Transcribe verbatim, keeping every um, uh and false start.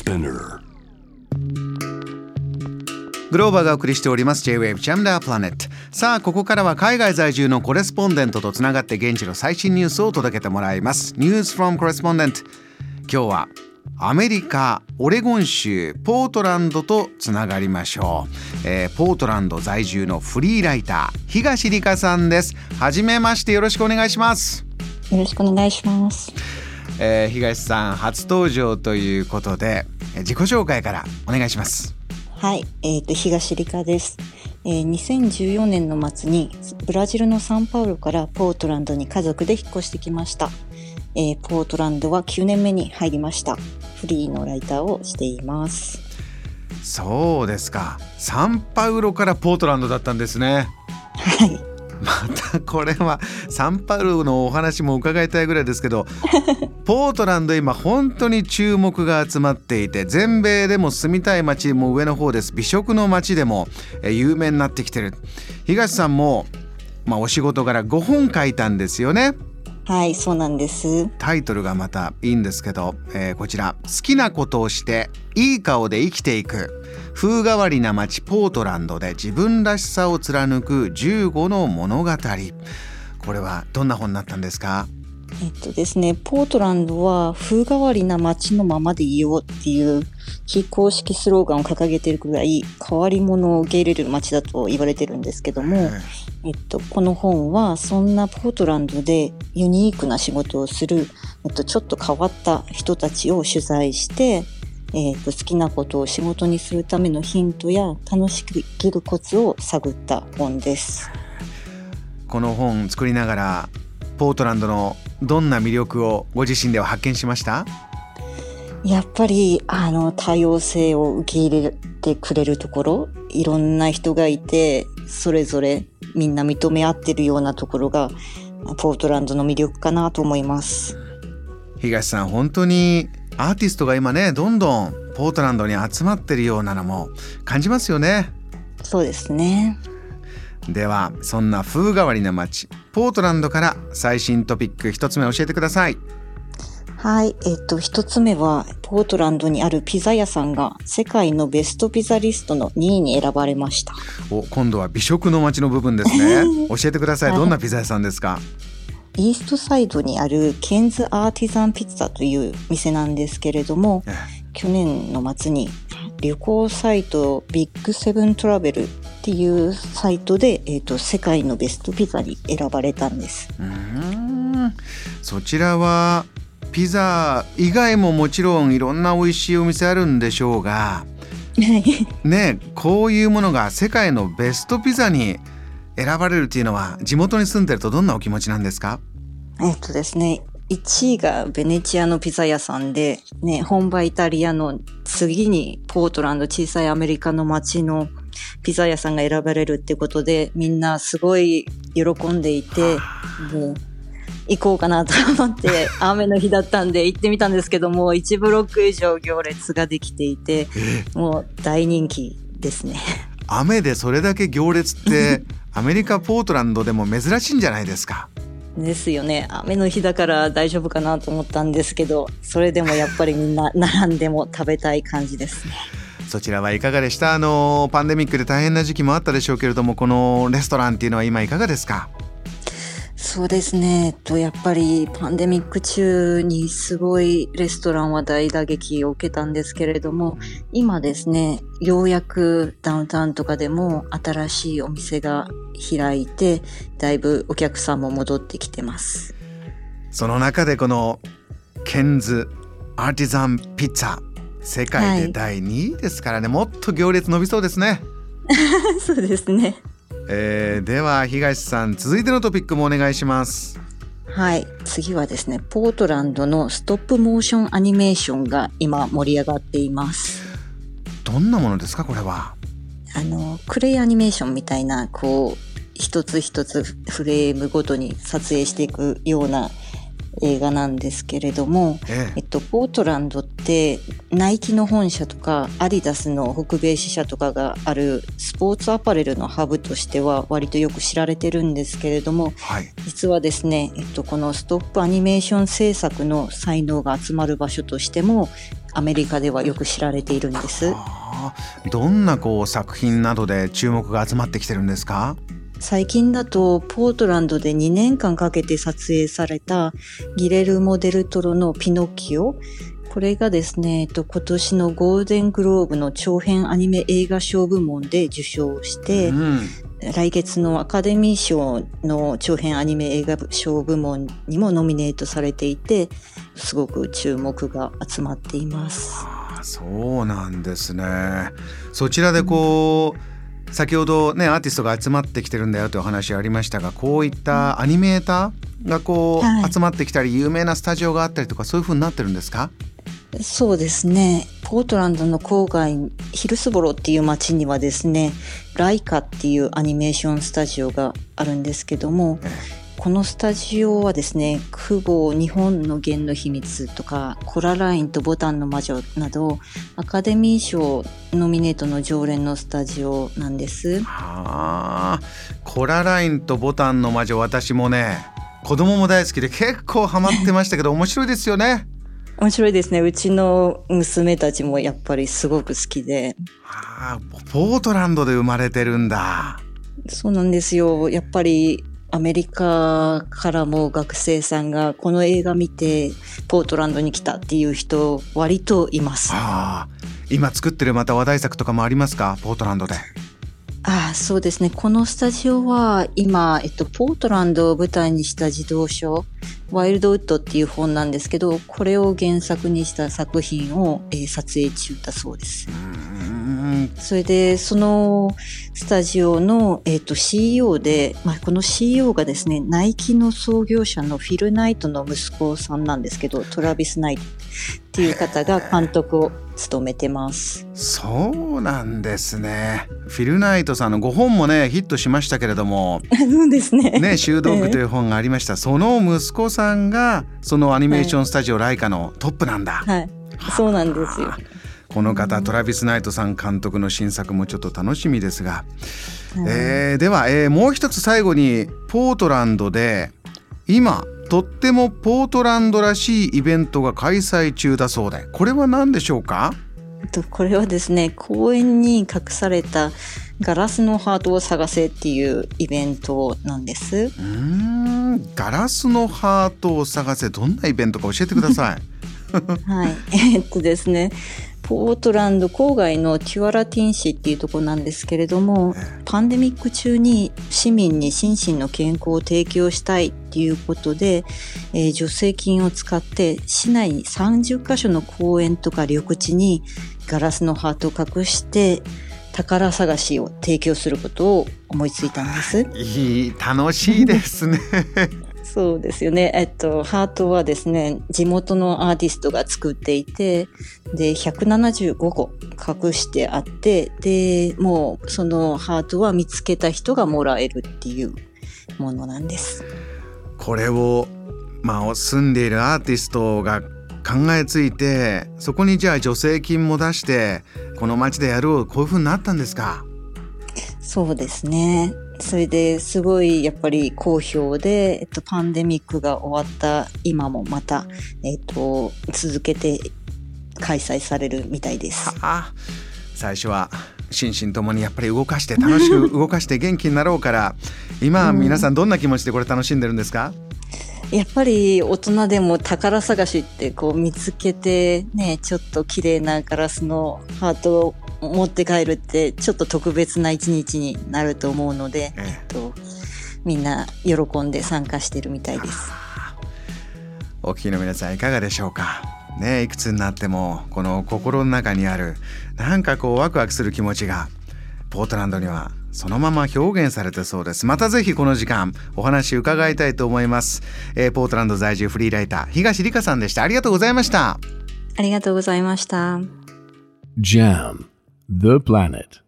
Spinner。 グローバーがお送りしております J-Wave Jam the Planet。 さあここからは海外在住のコレスポンデントとつながって現地の最新ニュースを届けてもらいます。 News from Correspondent。 今日はアメリカオレゴン州ポートランドとつながりましょう、えー、ポートランド在住のフリーライター東理香さんです。はじめまして、よろしくお願いします。 よろしくお願いします。 えー、東さん初登場ということで自己紹介からお願いします。 はい、えーと、東理香です。えー、にせんじゅうよねんの末にブラジルのサンパウロからポートランドに家族で引っ越してきました。えー、ポートランドはきゅうねんめに入りました。フリーのライターをしています。 そうですか、サンパウロからポートランドだったんですね。 はい。 またこれはサンパウロのお話も伺いたいぐらいですけどポートランド今本当に注目が集まっていて、全米でも住みたい街も上の方です。美食の街でも有名になってきてる。東さんも、まあ、お仕事柄ごほん書いたんですよね。 はい、そうなんです。 タイトルがまたいいんですけど、えー、こちら好きなことをしていい顔で生きていく風変わりな街ポートランドで自分らしさを貫くじゅうごの物語。これはどんな本になったんですか？ えっとですね、ポートランドは風変わりな街のままでいようっていう非公式スローガンを掲げているくらい変わり者を受け入れる街だと言われてるんですけども、えっと、この本はそんなポートランドでユニークな仕事をする、えっと、ちょっと変わった人たちを取材して、えっと、好きなことを仕事にするためのヒントや楽しく生きるコツを探った本です。 この本作りながらポートランドのどんな魅力をご自身では発見しました？ やっぱりあの多様性を受け入れてくれるところ、いろんな人がいてそれぞれみんな認め合ってるようなところがポートランドの魅力かなと思います。 東さん、本当にアーティストが今ねどんどんポートランドに集まってるようなのも感じますよね。 そうですね。 ではそんな風変わりな街ポートランドから最新トピック一つ目教えてください。 はい、えっと一つ目はポートランドにあるピザ屋さんが世界のベストピザリストのにいに選ばれました。 お、今度は美食の街の部分ですね教えてください。どんなピザ屋さんですか？ イーストサイドにあるケンズアーティザンピッツァという店なんですけれども、ええ、去年の末に旅行サイトビッグセブントラベルっていうサイトで、えーと、世界のベストピザに選ばれたんです。 うーん、そちらはピザ以外ももちろんいろんな美味しいお店あるんでしょうがね、こういうものが世界のベストピザに選ばれるっていうのは地元に住んでるとどんなお気持ちなんですか？ えっとですねいちいがベネチアのピザ屋さんで、ね、本場イタリアの次にポートランド、小さいアメリカの街のピザ屋さんが選ばれるってことでみんなすごい喜んでいて、もう行こうかなと思って雨の日だったんで行ってみたんですけどもいちブロック以上行列ができていてもう大人気ですね。 雨でそれだけ行列ってアメリカポートランドでも珍しいんじゃないですか？ ですよね。雨の日だから大丈夫かなと思ったんですけど、それでもやっぱりみんな並んでも食べたい感じですね。 そちらはいかがでした？あのパンデミックで大変な時期もあったでしょうけれども、このレストランっていうのは今いかがですか？ そうですね、えっと、やっぱりパンデミック中にすごいレストランは大打撃を受けたんですけれども、今ですねようやくダウンタウンとかでも新しいお店が開いてだいぶお客さんも戻ってきてます。 その中でこのケンズアーティザンピッツァ世界でだいにいですからね、はい、もっと行列伸びそうですねそうですね。 えー、では東さん続いてのトピックもお願いします。 はい、次はですねポートランドのストップモーションアニメーションが今盛り上がっています。 どんなものですかこれは？ あのクレイアニメーションみたいなこう一つ一つフレームごとに撮影していくような映画なんですけれども、えええっと、ポートランドってナイキの本社とかアディダスの北米支社とかがあるスポーツアパレルのハブとしては割とよく知られてるんですけれども、はい、実はですね、えっと、このストップアニメーション制作の才能が集まる場所としてもアメリカではよく知られているんです。 どんなこう作品などで注目が集まってきてるんですか？ 最近だとポートランドでにねんかんかけて撮影されたギレルモ・デルトロのピノキオ、これがですね、えっと、今年のゴールデングローブの長編アニメ映画賞部門で受賞して、うん、来月のアカデミー賞の長編アニメ映画賞部門にもノミネートされていて、すごく注目が集まっています。 ああ、そうなんですね。そちらでこう、うん、先ほどねアーティストが集まってきてるんだよというお話ありましたが、こういったアニメーターがこう、はい、集まってきたり有名なスタジオがあったりとか、そういう風になってるんですか？ そうですね。ポートランドの郊外ヒルスボロっていう町にはですね、ライカっていうアニメーションスタジオがあるんですけども、このスタジオはですね、クボ日本の弦の秘密とかコララインとボタンの魔女などアカデミー賞ノミネートの常連のスタジオなんです。 はあ、コララインとボタンの魔女、私もね子供も大好きで結構ハマってましたけど面白いですよね。 面白いですね。うちの娘たちもやっぱりすごく好きで。 はあ、ポートランドで生まれてるんだ。 そうなんですよ。やっぱりアメリカからも学生さんがこの映画見てポートランドに来たっていう人割といます。 はあ、今作ってるまた話題作とかもありますか、ポートランドで？ ああ、そうですね。このスタジオは今、えっと、ポートランドを舞台にした児童書、ワイルドウッドっていう本なんですけど、これを原作にした作品を、えー、撮影中だそうです。それで、そのスタジオの、えっと、シーイーオー で、まあ、この シーイーオー がですね、ナイキの創業者のフィル・ナイトの息子さんなんですけど、トラビス・ナイトっていう方が監督を務めてます。 そうなんですね。フィル・ナイトさんのごほんもねヒットしましたけれどもそうですね。 ね、修道具という本がありました。その息子さんがそのアニメーションスタジオ、はい、ライカのトップなんだ。 はい、そうなんですよ。 この方、トラビス・ナイトさん監督の新作もちょっと楽しみですが、はい、えー、では、えー、もう一つ最後に、ポートランドで今とってもポートランドらしいイベントが開催中だそうで、これは何でしょうか？ これはですね、公園に隠されたガラスのハートを探せっていうイベントなんです。うーん、ガラスのハートを探せ、どんなイベントか教えてください。 はい、えー、っとですねポートランド郊外のテュアラティン市っていうところなんですけれども、パンデミック中に市民に心身の健康を提供したいっていうことで、えー、助成金を使って市内にさんじゅっかしょの公園とか緑地にガラスのハートを隠して宝探しを提供することを思いついたんです。 いい、楽しいですね。 そうですよね。えっと、ハートはですね、地元のアーティストが作っていて、で、ひゃくななじゅうごこ隠してあって、で、もうそのハートは見つけた人がもらえるっていうものなんです。 これを、まあ、住んでいるアーティストが考えついて、そこにじゃあ助成金も出して、この街でやろう、こういう風になったんですか？ そうですね。それですごいやっぱり好評で、えっと、パンデミックが終わった今もまた、えっと、続けて開催されるみたいです。はあ、 最初は心身ともにやっぱり動かして楽しく動かして元気になろうから今皆さんどんな気持ちでこれ楽しんでるんですか？ やっぱり大人でも宝探しってこう見つけてね、ちょっと綺麗なガラスのハートを持って帰るってちょっと特別な一日になると思うので、ええっと、みんな喜んで参加してるみたいです。 お聞きの皆さんいかがでしょうかね。いくつになってもこの心の中にあるなんかこうワクワクする気持ちがポートランドにはそのまま表現されてそうです。またぜひこの時間お話伺いたいと思います。えー、ポートランド在住フリーライター東理香さんでした。ありがとうございました。 ありがとうございました。 ジャムThe Planet